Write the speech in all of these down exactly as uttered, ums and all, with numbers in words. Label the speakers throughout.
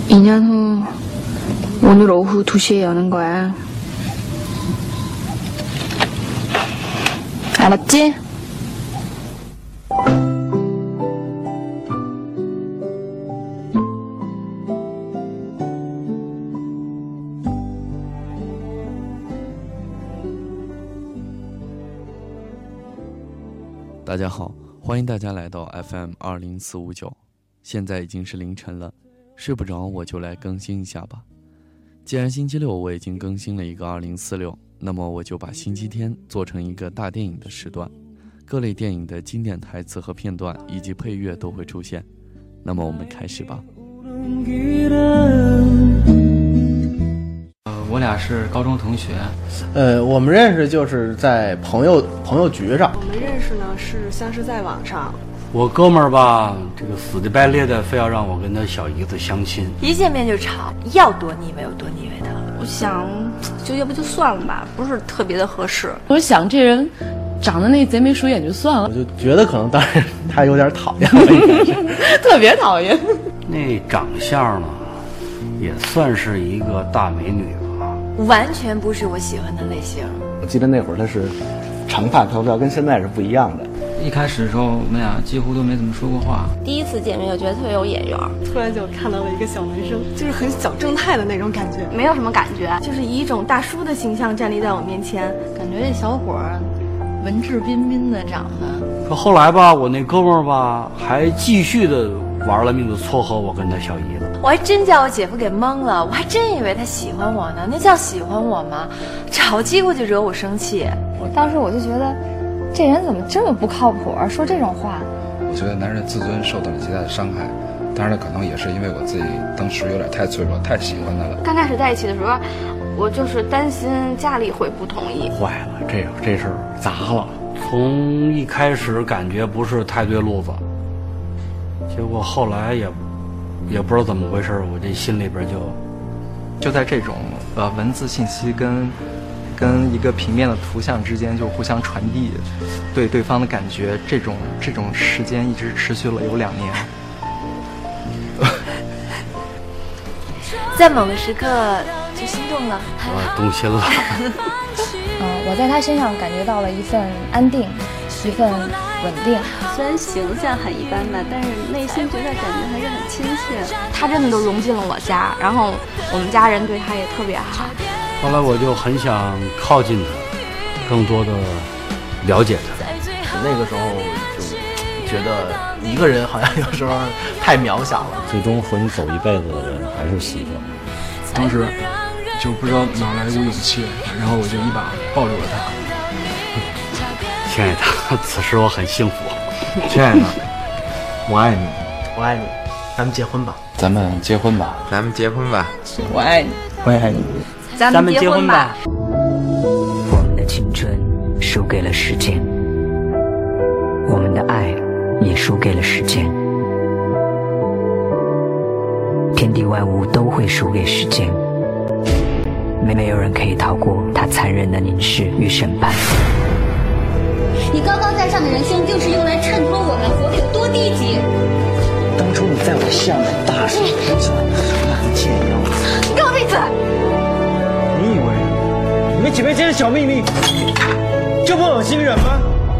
Speaker 1: 이 년 후 오늘 오후 두 시에 여는 거야. 알았지?
Speaker 2: 大家好，欢迎大家来到 F M 二零四五九，现在已经是凌晨了，睡不着我就来更新一下吧。既然星期六我已经更新了一个二零四六，那么我就把星期天做成一个大电影的时段，各类电影的经典台词和片段以及配乐都会出现。那么我们开始吧。
Speaker 3: 呃，我俩是高中同学。
Speaker 4: 呃，我们认识就是在朋友朋友局上。
Speaker 5: 我们认识呢是相识在网上。
Speaker 6: 我哥们儿吧，这个死乞白赖的非要让我跟他小姨子相亲，
Speaker 7: 一见面就吵，要多腻歪有多腻歪的。
Speaker 8: 我想，就要不就算了吧，不是特别的合适。
Speaker 9: 我想这人长得那贼眉鼠眼就算了，
Speaker 4: 我就觉得可能当时他有点讨厌了，应该是
Speaker 9: 特别讨厌。
Speaker 6: 那长相呢，也算是一个大美女吧，
Speaker 7: 完全不是我喜欢的类型。
Speaker 4: 我记得那会儿他是长发飘飘，跟现在是不一样的。
Speaker 3: 一开始的时候，我们俩几乎都没怎么说过话。
Speaker 8: 第一次见面就觉得特别有眼缘，
Speaker 5: 突然就看到了一个小男生，就是很小正太的那种感觉，
Speaker 8: 没有什么感觉，就是以一种大叔的形象站立在我面前，
Speaker 9: 感觉这小伙儿文质彬彬的长得。
Speaker 6: 可后来吧，我那哥们儿吧，还继续的玩了命的撮合我跟他小姨子。
Speaker 7: 我还真叫我姐夫给蒙了，我还真以为他喜欢我呢，那叫喜欢我吗？找机会就惹我生气。
Speaker 10: 我当时我就觉得，这人怎么这么不靠谱啊，说这种话。
Speaker 11: 我觉得男人的自尊受到了极大的伤害，当然可能也是因为我自己当时有点太脆弱，太喜欢他了。
Speaker 8: 刚开始在一起的时候，我就是担心家里会不同意。
Speaker 6: 坏了，这这事儿砸了。从一开始感觉不是太对路子，结果后来也也不知道怎么回事，我这心里边就
Speaker 3: 就在这种呃文字信息跟跟一个平面的图像之间就互相传递对对方的感觉，这种这种时间一直持续了有两年。
Speaker 7: 在某个时刻就心动了，
Speaker 6: 我动心了。
Speaker 10: 嗯，我在他身上感觉到了一份安定，一份稳定。
Speaker 12: 虽然形象很一般吧，但是内心觉得感觉还是很亲切。
Speaker 8: 他真的都融进了我家，然后我们家人对他也特别好。
Speaker 6: 后来我就很想靠近他，更多的了解他。
Speaker 4: 那个时候就觉得一个人好像有时候太渺小了。
Speaker 13: 最终和你走一辈子的人还是媳妇。
Speaker 14: 当时就不知道哪来一股勇气，然后我就一把抱住了他。
Speaker 6: 亲爱的，此时我很幸福。
Speaker 4: 亲爱的，我爱你，我爱你，咱们结婚吧。
Speaker 11: 咱们结婚吧，
Speaker 15: 咱们结婚吧。
Speaker 9: 我爱你，
Speaker 4: 我也爱你。
Speaker 7: 咱们结婚吧。
Speaker 16: 我们的青春输给了时间，我们的爱也输给了时间。天地万物都会输给时间，没没有人可以逃过他残忍的凝视与审判。
Speaker 17: 你高高在上的人生就是用来衬托我们活得有多低级。
Speaker 18: 当初你在我巷内大声呼叫，那个贱妖，
Speaker 17: 你给我闭嘴！
Speaker 18: 你以为你们姐妹间的小秘密就不恶心人吗？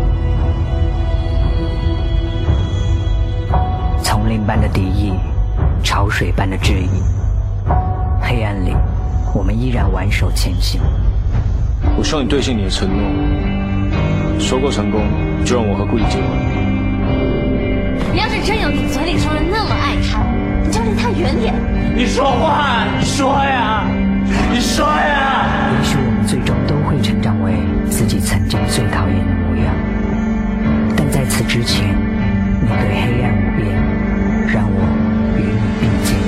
Speaker 16: 丛林般的敌意，潮水般的质疑，黑暗里我们依然挽手前行。
Speaker 18: 我希望你兑现你的承诺，收购成功就让我和顾里结婚。
Speaker 17: 你要是真有你嘴里说的那么爱他，你就离他远点。
Speaker 18: 你说话，你说呀，你说呀。
Speaker 16: 也许我们最终都会成长为自己曾经最讨厌的模样，但在此之前，你对黑暗无边，让我与你并肩。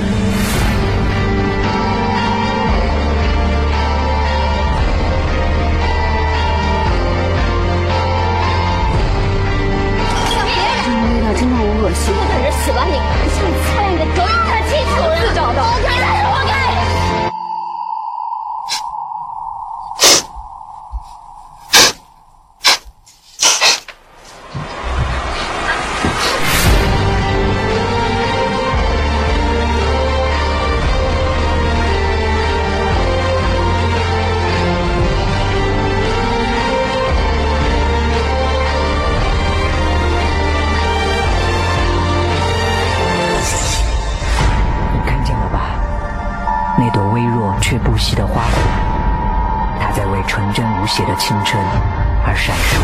Speaker 12: 这种味道真让我恶心。
Speaker 17: 我等着死吧你！你像你参与的狗眼看清楚了，自找的。活该，他是活该。
Speaker 16: 微弱却不息的花火，它在为纯真无邪的青春而闪烁。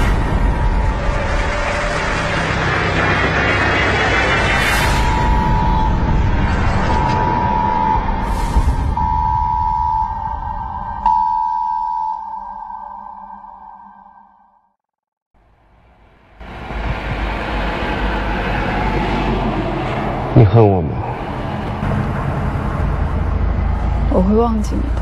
Speaker 15: 你恨我吗？
Speaker 1: 我会忘记你的。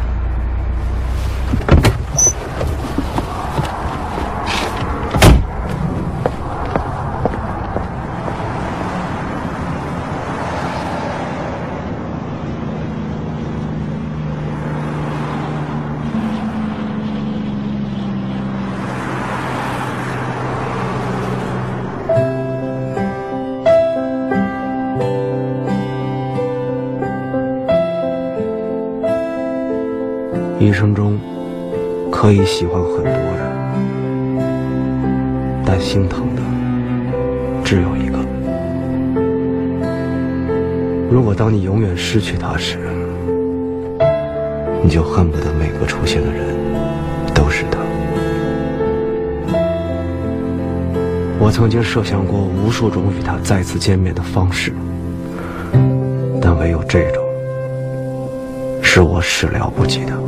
Speaker 15: 一生中可以喜欢很多人，但心疼的只有一个。如果当你永远失去他时，你就恨不得每个出现的人都是他。我曾经设想过无数种与他再次见面的方式，但唯有这种是我始料不及的。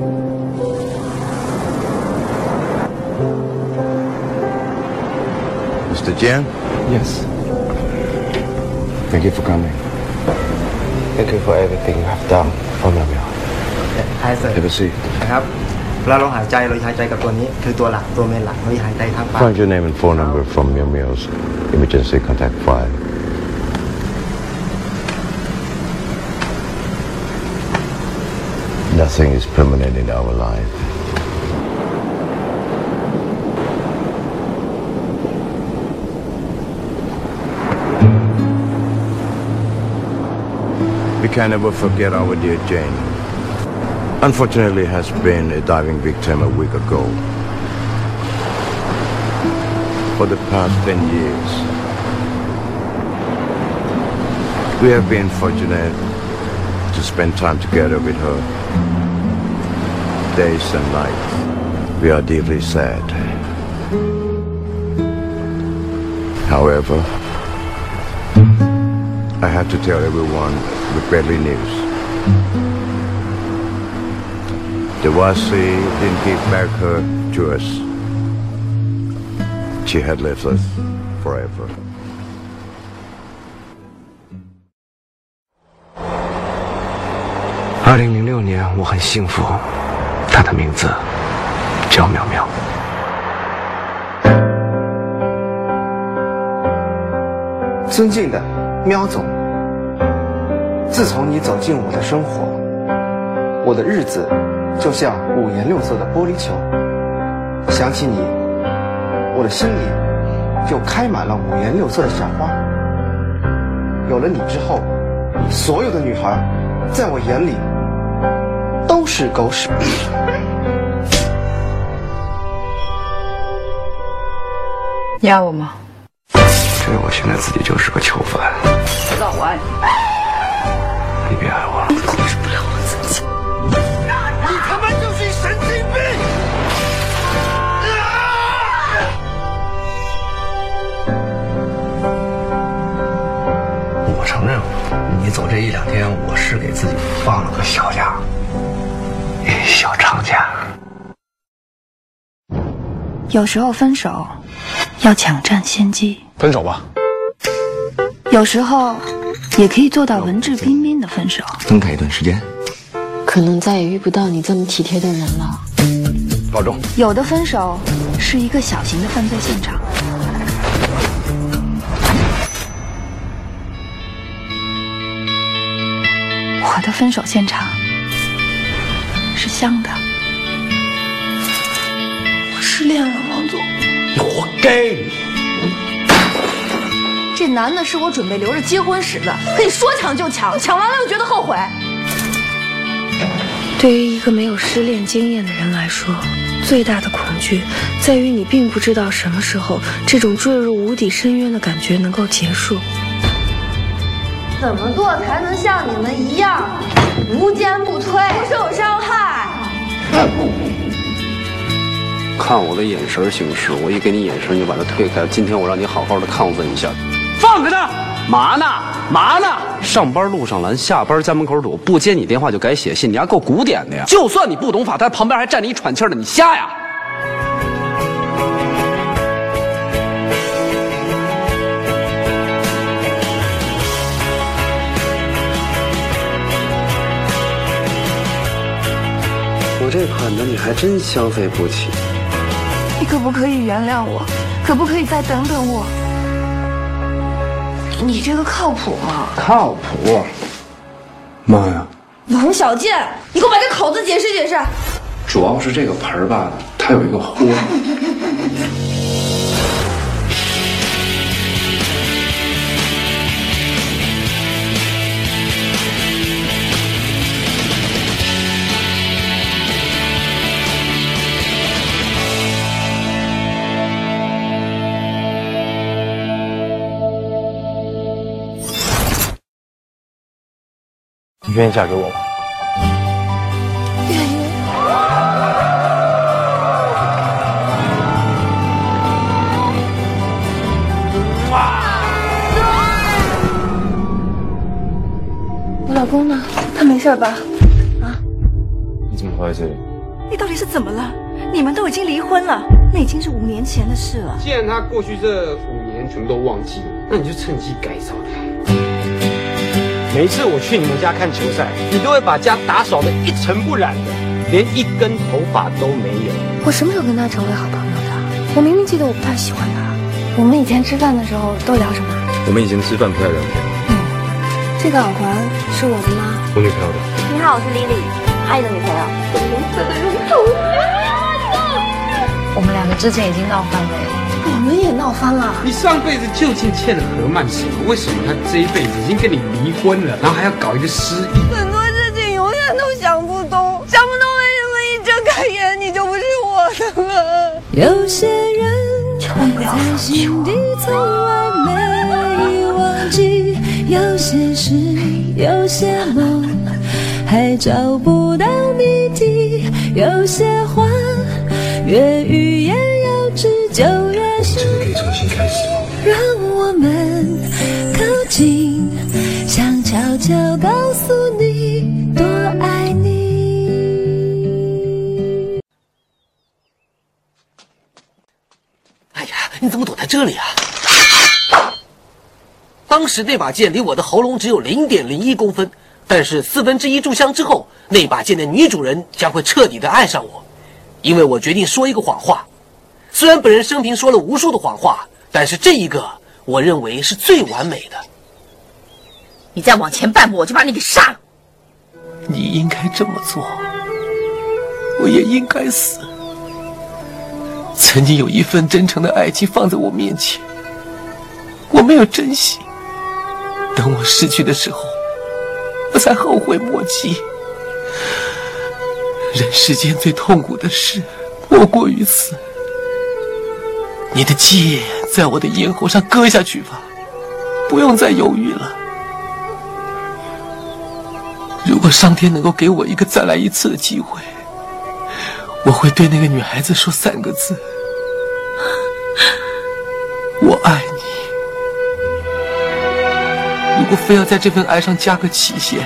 Speaker 19: Mister Jian?
Speaker 11: Yes. Thank you for coming.
Speaker 19: Thank you for everything you have done for Miao Miao.
Speaker 11: Have a seat.
Speaker 20: ครับแล้วลมหายใจเราหายใจกับตัวนี้คือตัวหลักตัวเมนหลักเราหายใจทางปาก
Speaker 19: Find your name and phone number from Miao Miao's emergency contact file. Nothing is permanent in our life. We can never forget our dear Jane. Unfortunately, has been a diving victim a week ago. For the past ten years, we have been fortunate to spend time together with her. Days and nights, we are deeply sad. However, I have to tell everyone with badly news. The Wasi didn't give back her to us. She had left us forever.
Speaker 15: 二零零六年，我很幸福，她的名字叫苗苗。
Speaker 21: 尊敬的喵总，自从你走进我的生活，我的日子就像五颜六色的玻璃球。想起你，我的心里就开满了五颜六色的小花。有了你之后，所有的女孩在我眼里都是狗屎。
Speaker 1: 你爱我吗？
Speaker 15: 觉得我现在自己就是个囚犯。
Speaker 1: 知道我爱你。
Speaker 15: 你别爱我了。
Speaker 1: 我控制不了我自己。
Speaker 19: 你他妈就是一神经病！
Speaker 15: 我承认，你走这一两天，我是给自己放了个小假，小长假。
Speaker 10: 有时候分手要抢占先机，
Speaker 11: 分手吧。
Speaker 10: 有时候也可以做到文质彬彬的分手。
Speaker 11: 分开一段时间，
Speaker 1: 可能再也遇不到你这么体贴的人了。
Speaker 11: 保重。
Speaker 10: 有的分手是一个小型的犯罪现场。我的分手现场是香的。我失恋了，王总。
Speaker 11: 你活该！
Speaker 8: 这男的是我准备留着结婚使的，可以说抢就抢，抢完了又觉得后悔。
Speaker 22: 对于一个没有失恋经验的人来说，最大的恐惧在于你并不知道什么时候这种坠入无底深渊的感觉能够结束。
Speaker 8: 怎么做才能像你们一样无坚不摧，不受伤害？
Speaker 15: 看我的眼神行事，我一给你眼神你就把他推开。今天我让你好好的亢奋一下。
Speaker 18: 放开他！
Speaker 15: 嘛呢？嘛呢？上班路上拦，下班家门口堵，不接你电话就改写信，你还够古典的呀！就算你不懂法，他旁边还站着一喘气儿的，你瞎呀？我这款的你还真消费不起。
Speaker 22: 你可不可以原谅我？可不可以再等等我？你这个靠谱吗？
Speaker 11: 靠谱。妈呀！
Speaker 8: 王小贱，你给我把这口子解释解释。
Speaker 11: 主要是这个盆儿吧，它有一个豁。
Speaker 18: 你愿意嫁给我吗？
Speaker 22: 愿意。我老公呢？他没事吧？啊？
Speaker 14: 你怎么会在这里？
Speaker 2: 你到底是怎么了？你们都已经离婚了，那已经是五年前的事了。
Speaker 5: 既然他过去这五年全部都忘记了，那你就趁机改造他。每一次我去你们家看球赛，你都会把家打扫得一尘不染的，连一根头发都没有。
Speaker 22: 我什么时候跟他成为好朋友的？我明明记得我不太喜欢他。我们以前吃饭的时候都聊什么？
Speaker 14: 我们以前吃饭不太聊天。
Speaker 22: 嗯，这个耳环是我的吗？
Speaker 14: 我女朋友的。
Speaker 17: 你好，我是 Lily，还有一个女朋友。粉红色的绒头。
Speaker 9: 我们两个之前已经闹翻了。
Speaker 22: 我们也闹翻了。
Speaker 5: 你上辈子究竟欠了何曼什么？为什么他这一辈子已经跟你离婚了，然后还要搞一个失忆？
Speaker 2: 很多事情永远都想不通，想不通为什么一睁开眼你就不是我的了。有些人在心底从来没忘记，有些事，有些梦还找不到谜底，有些话越欲言又止就越是。
Speaker 14: 真的可以重新开始吗？
Speaker 2: 让我们靠近，想悄悄告诉你多爱你。
Speaker 4: 哎呀，你怎么躲在这里啊？当时那把剑离我的喉咙只有零点零一公分，但是四分之一炷香之后，那把剑的女主人将会彻底的爱上我，因为我决定说一个谎话。虽然本人生平说了无数的谎话，但是这一个我认为是最完美的。
Speaker 23: 你再往前半步，我就把你给杀了。
Speaker 4: 你应该这么做，我也应该死。曾经有一份真诚的爱情放在我面前，我没有珍惜，等我失去的时候，我才后悔莫及。人世间最痛苦的事莫过于此。你的剑在我的咽喉上割下去吧，不用再犹豫了。如果上天能够给我一个再来一次的机会，我会对那个女孩子说三个字：我爱你。如果非要在这份爱上加个期限，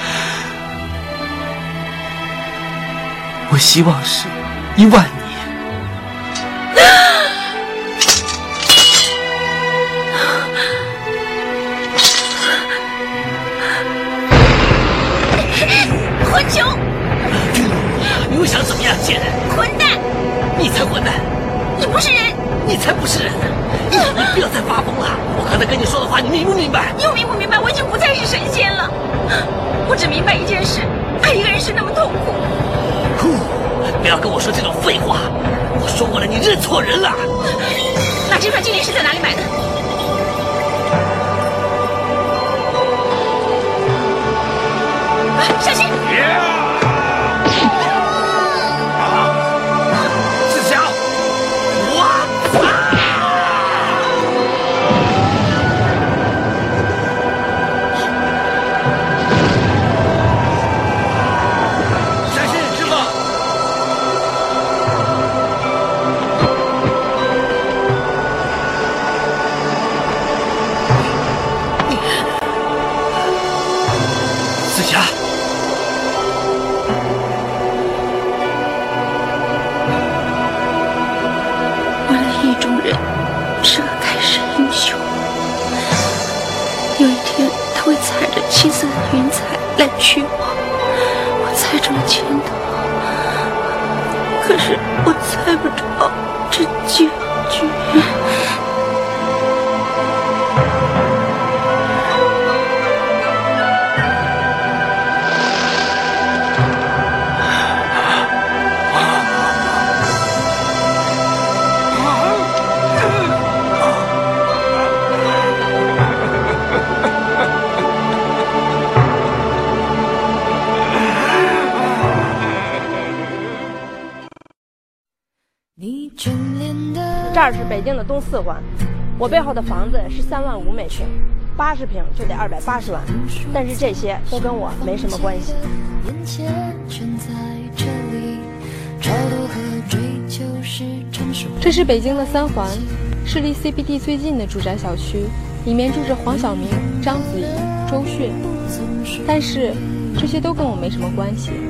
Speaker 4: 我希望是一万年。
Speaker 23: 混球！
Speaker 4: 你又想怎么样，贱人？
Speaker 23: 混蛋！
Speaker 4: 你才混蛋！
Speaker 23: 你不是人！
Speaker 4: 你才不是人！你你不要再发疯了！我刚才跟你说的话，你明不明白？
Speaker 23: 你又明不明白？我已经不再是神仙了。我只明白一件事：爱一个人是那么痛苦。
Speaker 4: 呼！不要跟我说这种废话！我说过了，你认错人了。
Speaker 23: 那这块金莲是在哪里买的？小心！
Speaker 4: 志强，我啊！ 紫霞。
Speaker 1: 为了意中人，是个盖世英雄。有一天，他会踩着七色的云彩来娶我，我猜中了前途，可是我猜不着这结局。
Speaker 3: 这儿是北京的东四环，我背后的房子是三万五每平，八十平就得二百八十万，但是这些都跟我没什么关系。
Speaker 10: 这是北京的三环，是离 C B D 最近的住宅小区，里面住着黄晓明、章子怡、周迅，但是这些都跟我没什么关系。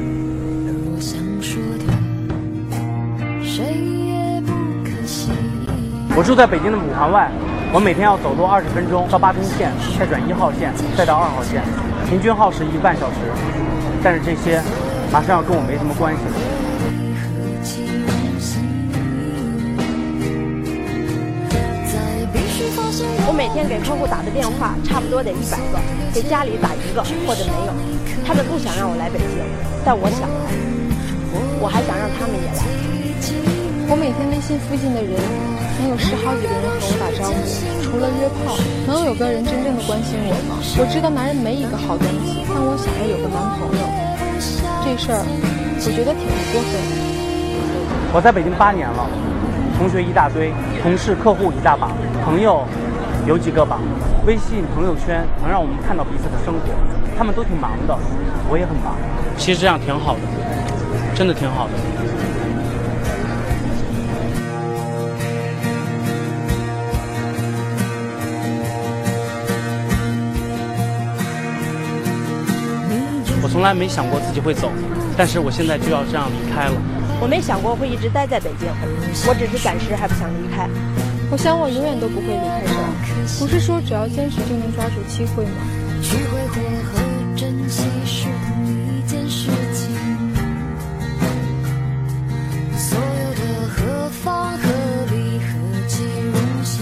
Speaker 18: 我住在北京的五环外，我每天要走路二十分钟到八通线，再转一号线，再到二号线，平均耗时一个半小时。但是这些马上要跟我没什么关系了。
Speaker 3: 我每天给客户打的电话差不多得一百个，给家里打一个或者没有。他们不想让我来北京，但我想来，我还想让他们也来。
Speaker 10: 我每天微信附近的人，能有十好几个人和我打招呼，除了约炮，能有个人真正的关心我吗？我知道男人没一个好东西，但我想要有个男朋友，这事儿我觉得挺不过分的。
Speaker 18: 我在北京八年了，同学一大堆，同事客户一大把，朋友有几个吧。微信朋友圈能让我们看到彼此的生活，他们都挺忙的，我也很忙。其实这样挺好的，真的挺好的。我从来没想过自己会走，但是我现在就要这样离开了。
Speaker 3: 我没想过会一直待在北京，我只是暂时还不想离开。
Speaker 10: 我想我永远都不会离开这儿，不是说只要坚持就能抓住机会吗？去挥霍和珍惜是同一件事情，所有的何方何必何其荣幸。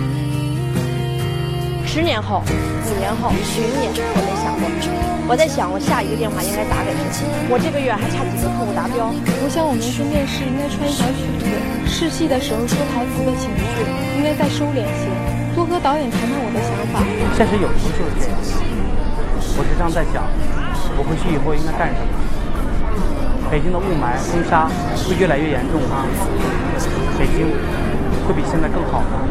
Speaker 3: 十年后、五年后、十年，我没想过。我在想，我下一个电话应该打给谁？我这个月还差几个客户达标。
Speaker 10: 我想我明天面试应该穿一条裙子，试戏的时候说台词的情绪应该再收敛些，多和导演谈谈我的想法。
Speaker 18: 现实有时候就是这样。我时常在想，我回去以后应该干什么？北京的雾霾、风沙会越来越严重吗？北京会比现在更好吗？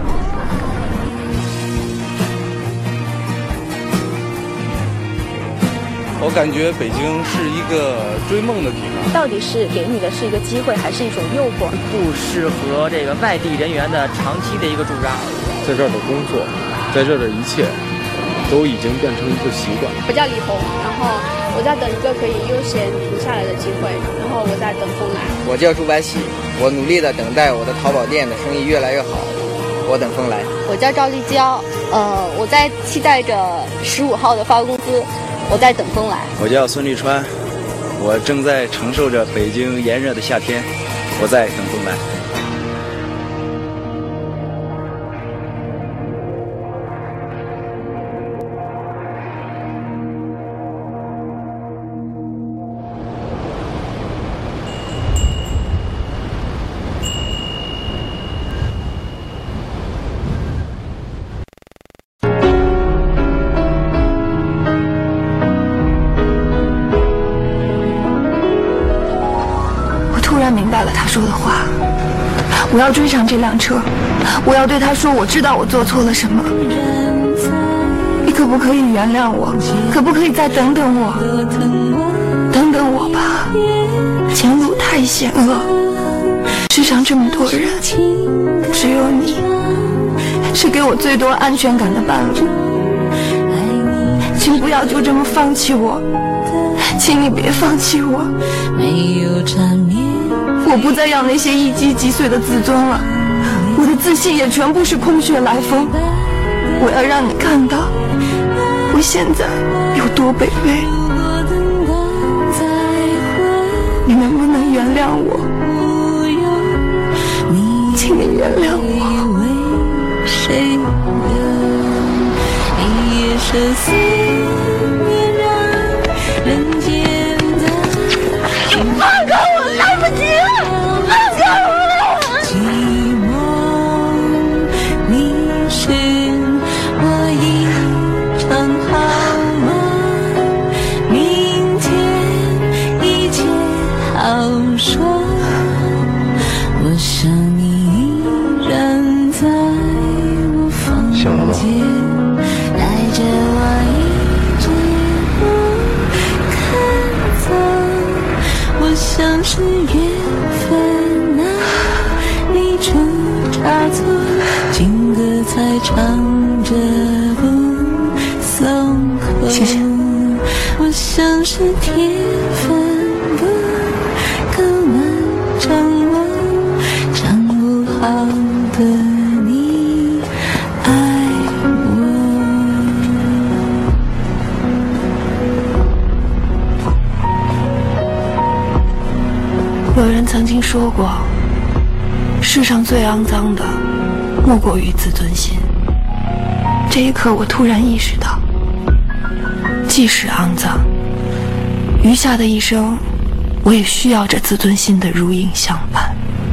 Speaker 11: 我感觉北京是一个追梦的地方。
Speaker 6: 到底是给你的是一个机会，还是一种诱惑？
Speaker 13: 不适合这个外地人员的长期的一个驻扎。
Speaker 14: 在这儿的工作，在这儿的一切，都已经变成一个习惯。
Speaker 24: 我叫李红，然后我在等一个可以悠闲停下来的机会，然后我在等风来。
Speaker 25: 我叫朱白喜，我努力的等待我的淘宝店的生意越来越好，我等风来。
Speaker 24: 我叫赵丽娇，呃，我在期待着十五号的发工资。我在等风来。
Speaker 26: 我叫孙立川，我正在承受着北京炎热的夏天，我在等风来。
Speaker 1: 明白了他说的话，我要追上这辆车，我要对他说，我知道我做错了什么，你可不可以原谅我？可不可以再等等我？等等我吧，前路太险恶，世上这么多人，只有你是给我最多安全感的伴侣， 请不要就这么放弃我，请你别放弃我。我不再要那些一击即碎的自尊了，我的自信也全部是空穴来风。我要让你看到我现在有多卑微，你能不能原谅我？请你原谅我。
Speaker 2: 你放开我，来不及了，放开我！
Speaker 15: 醒了吗？
Speaker 2: 像是缘分啊，你出差错，情歌才唱着不松口。
Speaker 1: 谢谢。
Speaker 2: 我像是天分不够难掌握，掌握好的你爱
Speaker 1: 我。有人曾经说过，世上最肮脏的莫过于自尊心。这一刻我突然意识到，即使肮脏，余下的一生我也需要这自尊心的如影相伴。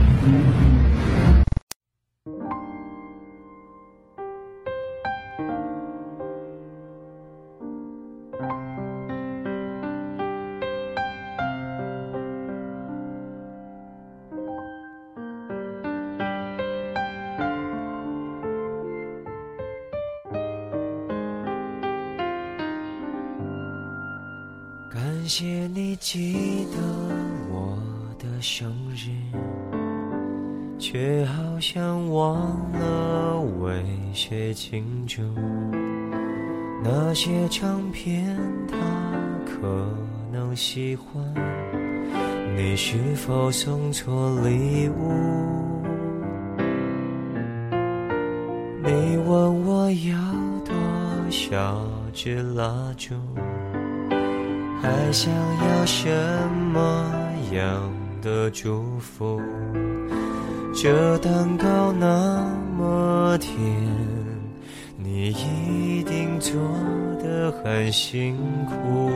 Speaker 7: 感谢你记得我的生日，却好像忘了为谁庆祝。那些唱片他可能喜欢，你是否送错礼物？你问我要多少支蜡烛，还想要什么样的祝福？这蛋糕那么甜，你一定做得很辛苦。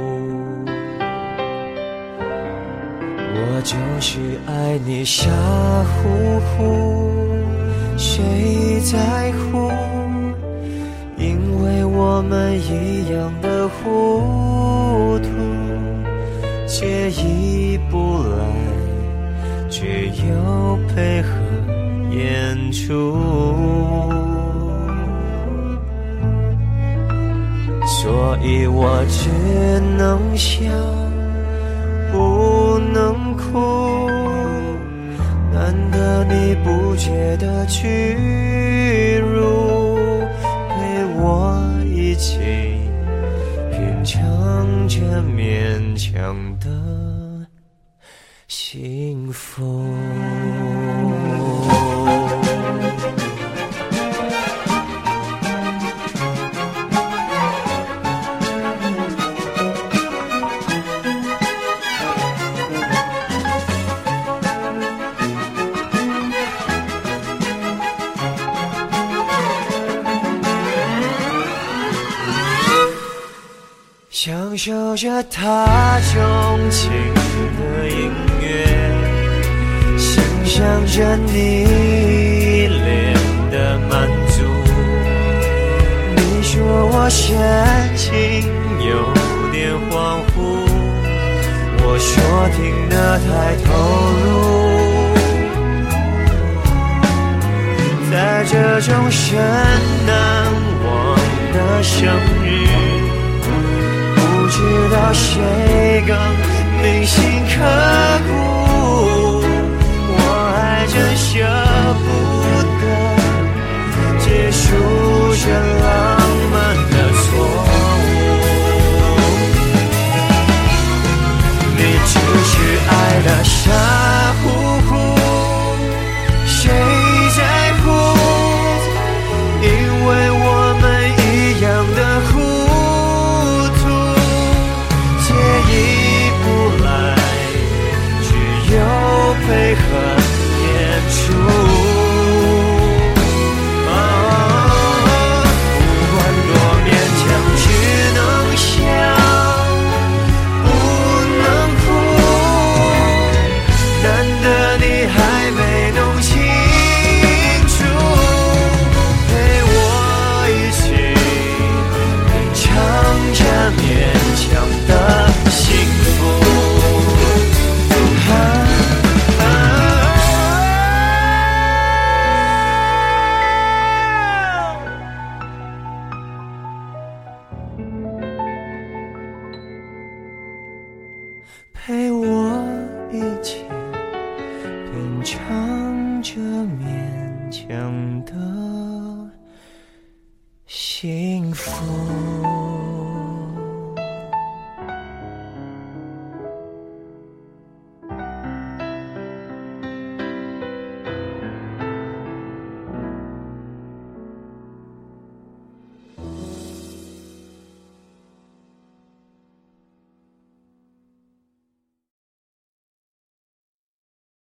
Speaker 7: 我就是爱你傻乎乎，谁在乎？因为我们一样的糊涂，介意不来，却又配合演出。所以我只能笑，不能哭。难得你不觉得屈辱，陪我一起品尝着勉强的幸福。享受着他钟情的音乐，欣赏着你脸的满足。你说我神情有点恍惚，我说听得太投入。在这种神难忘的生日，不知道谁更铭心刻骨，我还真舍不得结束这浪漫的错误。 为何